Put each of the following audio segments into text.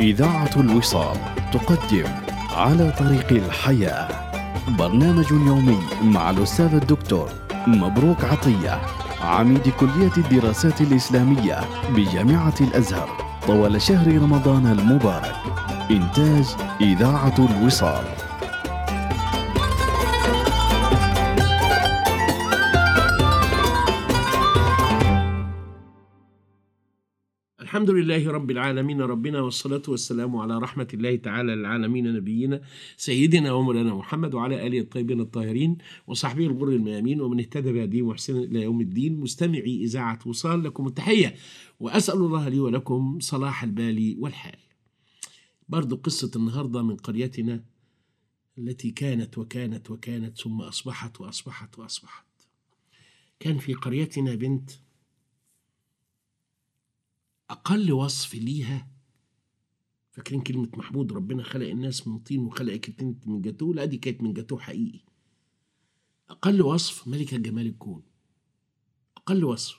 إذاعة الوصال تقدم على طريق الحياة، برنامج يومي مع الأستاذ الدكتور مبروك عطية، عميد كلية الدراسات الإسلامية بجامعة الأزهر طوال شهر رمضان المبارك. إنتاج إذاعة الوصال. الحمد لله رب العالمين ربنا، والصلاة والسلام على رحمة الله تعالى للعالمين نبينا سيدنا ومولانا محمد وعلى آله الطيبين الطاهرين وصحبه الغر الميامين ومن اهتدى بهديه محسنا إلى يوم الدين. مستمعي إذاعة وصال، لكم التحية وأسأل الله لي ولكم صلاح البال والحال. برضو قصة النهاردة من قريتنا التي كانت وكانت وكانت ثم أصبحت وأصبحت وأصبحت. كان في قريتنا بنت أقل وصف ليها، فاكرين كلمة محمود ربنا خلق الناس من طين وخلقك انت من جاتوه؟ لا، دي كانت من جاتوه حقيقي. أقل وصف ملكة جمال الكون، أقل وصف.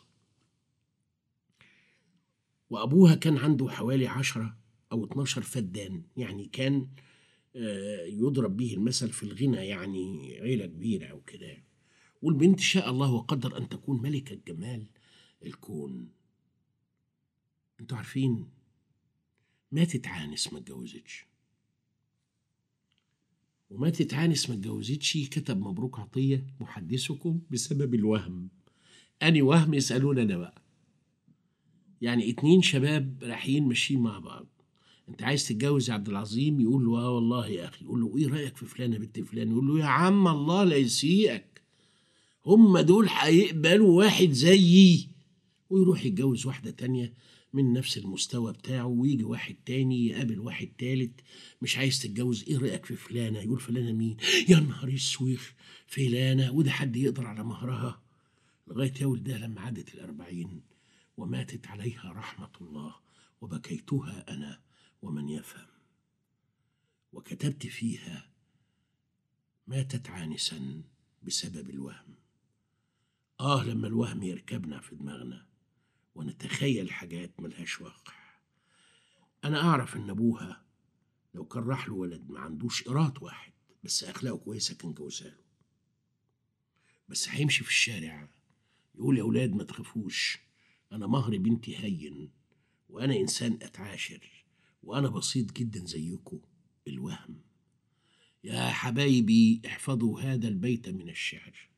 وأبوها كان عنده حوالي 10 أو 12 فدان، يعني كان يضرب به المثل في الغنى، يعني عيلة كبيرة أو كده. والبنت شاء الله وقدر أن تكون ملكة جمال الكون. انتوا عارفين، ماتت عانس ما اتجوزتش، وماتت عانس ما اتجوزتش. كتب مبروك عطية محدثكم بسبب الوهم. أني وهم؟ يسألون أنا بقى. يعني 2 شباب رايحين ماشيين مع بعض، انت عايز تتجوز يا عبد العظيم؟ يقول له اه والله يا اخي. يقول له ايه رايك في فلانه بنت فلان؟ يقول له يا عم الله لا يسيئك، هم دول هيقبلوا واحد زيي؟ ويروح يتجوز واحده تانية من نفس المستوى بتاعه، ويجي واحد تاني يقابل واحد تالت. مش عايز تتجوز؟ ايه رأيك في فلانة؟ يقول فلانة مين؟ يا نهار اسوخ، فلانة، وده حد يقدر على مهرها؟ لغاية يا ولدها لما عدت 40 وماتت عليها رحمة الله، وبكيتها أنا ومن يفهم، وكتبت فيها ماتت عانسا بسبب الوهم. لما الوهم يركبنا في دماغنا ونتخيل حاجات ملهاش واقع. أنا أعرف إن أبوها لو كان راح له ولد ما عندوش قيراط واحد بس أخلاقه كويسة كان جوزها له. بس هيمشي في الشارع يقول يا أولاد ما تخافوش، أنا مهر بنتي هين، وأنا إنسان أتعاشر، وأنا بسيط جدا زيكم. الوهم. يا حبايبي احفظوا هذا البيت من الشعر.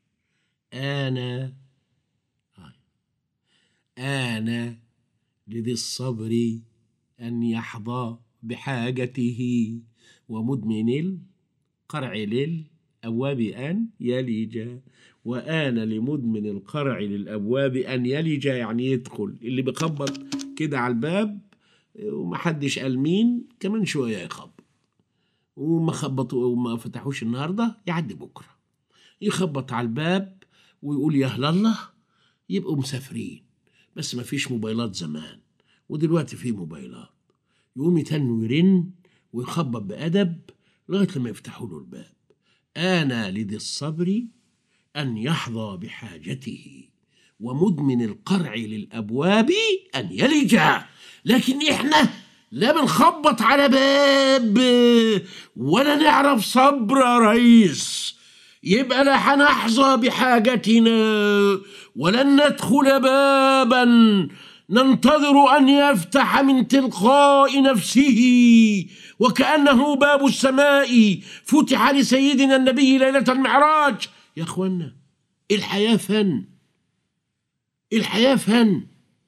أنا لذي الصبر أن يحظى بحاجته، ومدمن القرع للأبواب أن يلج. وأنا لمدمن القرع للأبواب أن يلج، يعني يدخل. اللي بيخبط كده على الباب ومحدش قال مين، كمان شوية يخبط، وما خبطوا وما فتحوش النهاردة يعدي بكرة. يخبط على الباب ويقول يا هلا الله، يبقوا مسافرين. بس ما فيش موبايلات زمان، ودلوقتي في موبايلات. يقوم يتن ويرن ويخبط بأدب لغاية لما يفتحوا له الباب. أنا لذي الصبر أن يحظى بحاجته، ومدمن القرع للأبواب أن يلج. لكن إحنا لا بنخبط على باب ولا نعرف صبر يا ريس، يبقى لا هنحظى بحاجتنا ولن ندخل بابا ننتظر أن يفتح من تلقاء نفسه وكأنه باب السماء فتح لسيدنا النبي ليلة المعراج. يا أخوانا، الحياة فن، الحياة فن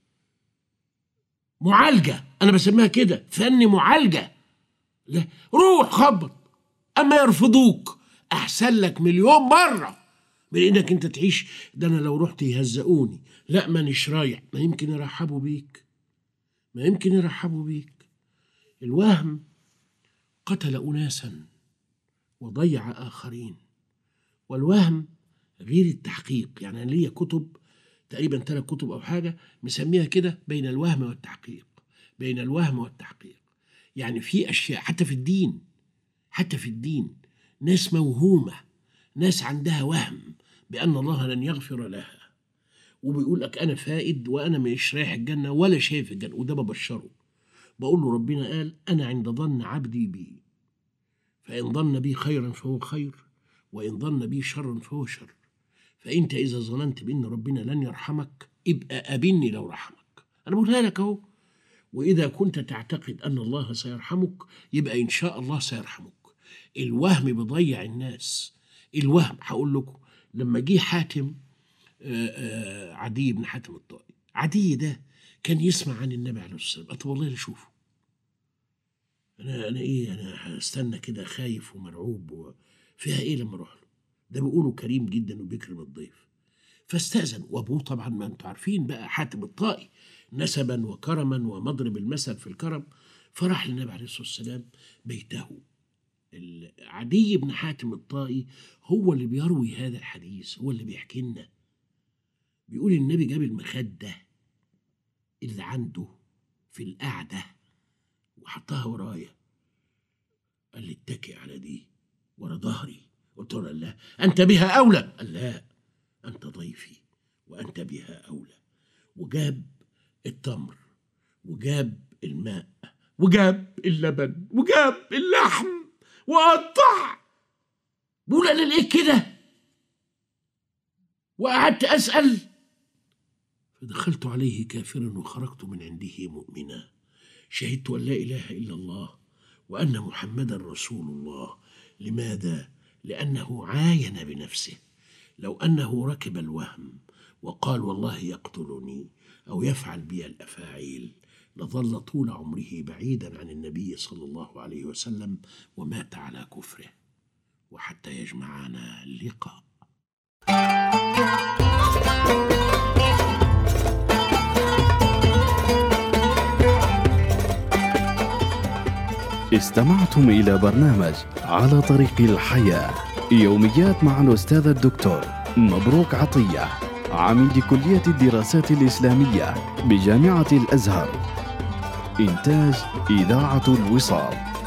معالجة، أنا بسميها كده، فن معالجة. لا، روح خبط، أما يرفضوك أحسن لك مليون مرة من إنك أنت تعيش. ده أنا لو رحت يهزقوني، لا مانيش رايح، ما يمكن يرحبوا بيك، ما يمكن يرحبوا بيك. الوهم قتل أناسا وضيع آخرين. والوهم غير التحقيق. يعني أنا ليا كتب تقريبا 3 كتب أو حاجة مسميها كده بين الوهم والتحقيق، بين الوهم والتحقيق. يعني في أشياء حتى في الدين، حتى في الدين ناس موهومة، ناس عندها وهم بأن الله لن يغفر لها، وبيقول لك أنا فائد وأنا مش رايح الجنة ولا شايف الجنة، وده ببشره بقول له ربنا قال أنا عند ظن عبدي بي، فإن ظن بي خيرا فهو خير، وإن ظن بي شرا فهو شر. فأنت إذا ظننت بأن ربنا لن يرحمك ابقى قابلني لو رحمك، أنا بقولها لك أهو. وإذا كنت تعتقد أن الله سيرحمك يبقى إن شاء الله سيرحمك. الوهم بيضيع الناس، الوهم. هقول لكم لما جه حاتم عدي بن حاتم الطائي، عدي ده كان يسمع عن النبي عليه الصلاة والسلام. طب والله لا شوفه، أنا هستنى كده خايف ومرعوب فيها إيه لما أروح له؟ ده بيقولوا كريم جدا وبيكرم الضيف. فاستأذن، وأبوه طبعا ما أنتوا عارفين بقى حاتم الطائي نسبا وكرما ومضرب المثل في الكرم. فراح للنبي عليه الصلاة والسلام بيته. عدي بن حاتم الطائي هو اللي بيروي هذا الحديث، هو اللي بيحكي لنا. بيقول النبي جاب المخدة اللي عنده في القعدة وحطها ورايا، قال لي اتكئ على دي ورا ظهري. قلت له لا، أنت بها أولى. قال لا، أنت ضيفي وأنت بها أولى. وجاب التمر وجاب الماء وجاب اللبن وجاب اللحم وقطع. بقول أنا ليه كده؟ وقعدت أسأل، فدخلت عليه كافرا وخرجت من عنده مؤمنا. شهدت أن لا إله إلا الله وأن محمدا رسول الله. لماذا؟ لأنه عاين بنفسه. لو أنه ركب الوهم وقال والله يقتلني أو يفعل بي الأفاعيل لظل طول عمره بعيدا عن النبي صلى الله عليه وسلم ومات على كفره، وحتى يجمعنا اللقاء. استمعتم إلى برنامج على طريق الحياة، يوميات مع الأستاذ الدكتور مبروك عطية، عميد كلية الدراسات الإسلامية بجامعة الأزهر. إنتاج إذاعة الوصال.